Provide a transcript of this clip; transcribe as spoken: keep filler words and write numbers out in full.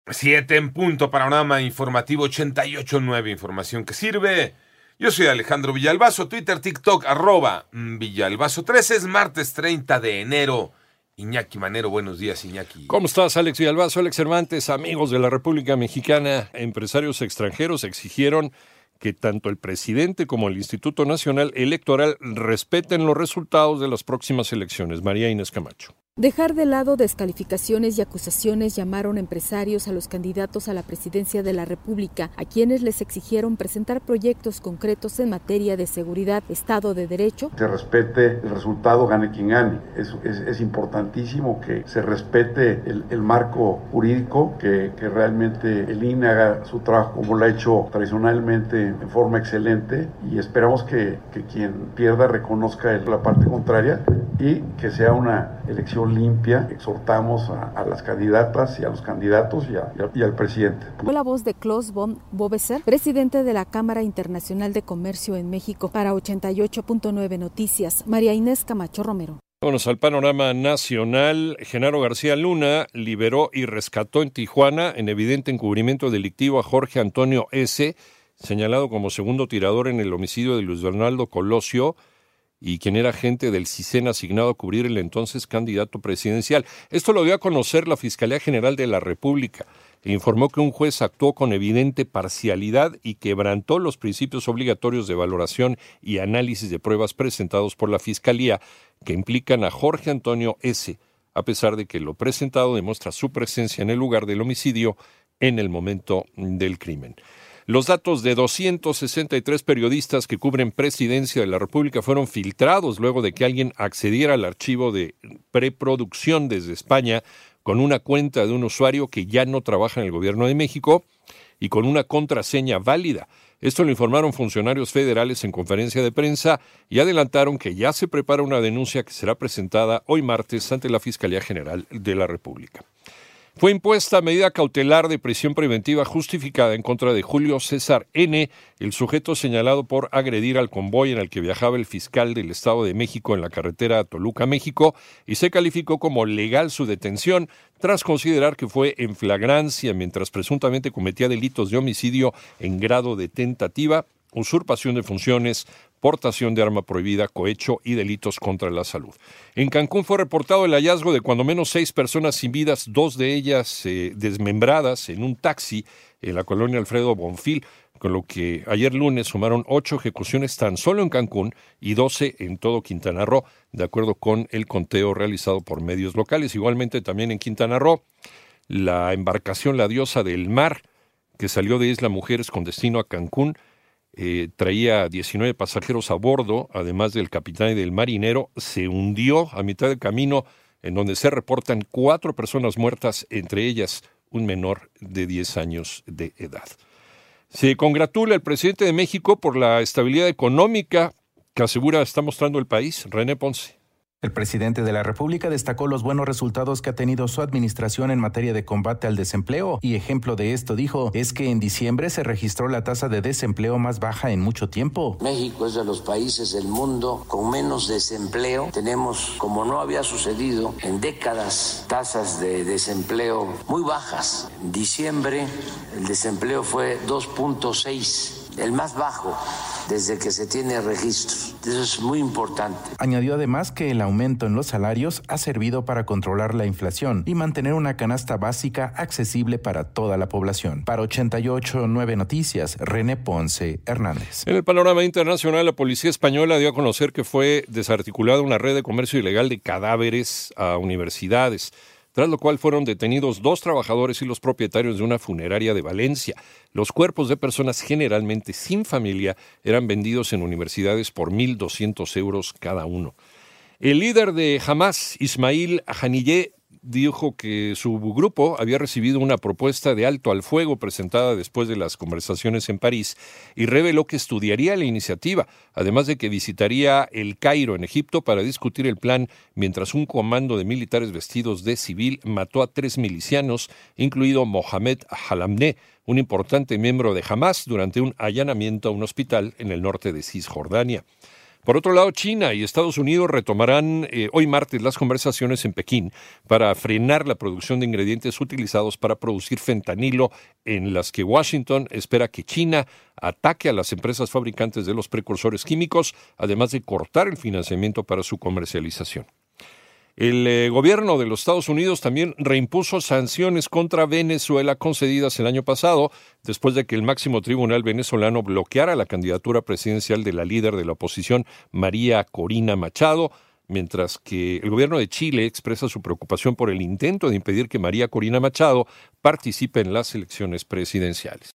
Siete en punto, panorama informativo ochenta y ocho punto nueve, información que sirve. Yo soy Alejandro Villalbazo, Twitter, TikTok, arroba Villalbazo trece, es martes treinta de enero. Iñaki Manero, buenos días, Iñaki. ¿Cómo estás, Alex Villalbazo, Alex Cervantes, amigos de la República Mexicana? Empresarios extranjeros exigieron que tanto el presidente como el Instituto Nacional Electoral respeten los resultados de las próximas elecciones. María Inés Camacho. Dejar de lado descalificaciones y acusaciones llamaron empresarios a los candidatos a la presidencia de la República, a quienes les exigieron presentar proyectos concretos en materia de seguridad, Estado de Derecho. Se respete el resultado, gane quien gane. Es, es, es importantísimo que se respete el, el marco jurídico, que, que realmente el I N E haga su trabajo como lo ha hecho tradicionalmente en forma excelente, y esperamos que, que quien pierda reconozca la parte contraria y que sea una elección limpia. Exhortamos a, a las candidatas y a los candidatos y, a, y, a, y al presidente. Fue la voz de Klaus von Bobeser, presidente de la Cámara Internacional de Comercio en México. Para ochenta y ocho punto nueve Noticias, María Inés Camacho Romero. Vámonos al panorama nacional. Genaro García Luna liberó y rescató en Tijuana, en evidente encubrimiento delictivo, a Jorge Antonio S., señalado como segundo tirador en el homicidio de Luis Donaldo Colosio, y quien era agente del CISEN asignado a cubrir el entonces candidato presidencial. Esto lo dio a conocer la Fiscalía General de la República e informó que un juez actuó con evidente parcialidad y quebrantó los principios obligatorios de valoración y análisis de pruebas presentados por la Fiscalía que implican a Jorge Antonio S., a pesar de que lo presentado demuestra su presencia en el lugar del homicidio en el momento del crimen. Los datos de doscientos sesenta y tres periodistas que cubren Presidencia de la República fueron filtrados luego de que alguien accediera al archivo de preproducción desde España con una cuenta de un usuario que ya no trabaja en el Gobierno de México y con una contraseña válida. Esto lo informaron funcionarios federales en conferencia de prensa y adelantaron que ya se prepara una denuncia que será presentada hoy martes ante la Fiscalía General de la República. Fue impuesta medida cautelar de prisión preventiva justificada en contra de Julio César N., el sujeto señalado por agredir al convoy en el que viajaba el fiscal del Estado de México en la carretera Toluca, México, y se calificó como legal su detención tras considerar que fue en flagrancia mientras presuntamente cometía delitos de homicidio en grado de tentativa, usurpación de funciones, portación de arma prohibida, cohecho y delitos contra la salud. En Cancún fue reportado el hallazgo de cuando menos seis personas sin vidas, dos de ellas eh, desmembradas en un taxi en la colonia Alfredo Bonfil, con lo que ayer lunes sumaron ocho ejecuciones tan solo en Cancún y doce en todo Quintana Roo, de acuerdo con el conteo realizado por medios locales. Igualmente también en Quintana Roo, la embarcación La Diosa del Mar, que salió de Isla Mujeres con destino a Cancún, Eh, traía diecinueve pasajeros a bordo, además del capitán y del marinero, se hundió a mitad del camino, en donde se reportan cuatro personas muertas, entre ellas un menor de diez años de edad. Se congratula el presidente de México por la estabilidad económica que asegura está mostrando el país. René Ponce. El presidente de la República destacó los buenos resultados que ha tenido su administración en materia de combate al desempleo y ejemplo de esto, dijo, es que en diciembre se registró la tasa de desempleo más baja en mucho tiempo. México es de los países del mundo con menos desempleo. Tenemos, como no había sucedido en décadas, tasas de desempleo muy bajas. En diciembre el desempleo fue dos punto seis, el más bajo desde que se tiene registros. Eso es muy importante. Añadió además que el aumento en los salarios ha servido para controlar la inflación y mantener una canasta básica accesible para toda la población. Para ochenta y ocho punto nueve Noticias, René Ponce Hernández. En el panorama internacional, la policía española dio a conocer que fue desarticulada una red de comercio ilegal de cadáveres a universidades, tras lo cual fueron detenidos dos trabajadores y los propietarios de una funeraria de Valencia. Los cuerpos de personas generalmente sin familia eran vendidos en universidades por mil doscientos euros cada uno. El líder de Hamás, Ismail Haniyeh, dijo que su grupo había recibido una propuesta de alto al fuego presentada después de las conversaciones en París y reveló que estudiaría la iniciativa, además de que visitaría El Cairo, en Egipto, para discutir el plan, mientras un comando de militares vestidos de civil mató a tres milicianos, incluido Mohamed Halamneh, un importante miembro de Hamás, durante un allanamiento a un hospital en el norte de Cisjordania. Por otro lado, China y Estados Unidos retomarán eh, hoy martes las conversaciones en Pekín para frenar la producción de ingredientes utilizados para producir fentanilo, en las que Washington espera que China ataque a las empresas fabricantes de los precursores químicos, además de cortar el financiamiento para su comercialización. El eh, gobierno de los Estados Unidos también reimpuso sanciones contra Venezuela concedidas el año pasado, después de que el máximo tribunal venezolano bloqueara la candidatura presidencial de la líder de la oposición, María Corina Machado, mientras que el gobierno de Chile expresa su preocupación por el intento de impedir que María Corina Machado participe en las elecciones presidenciales.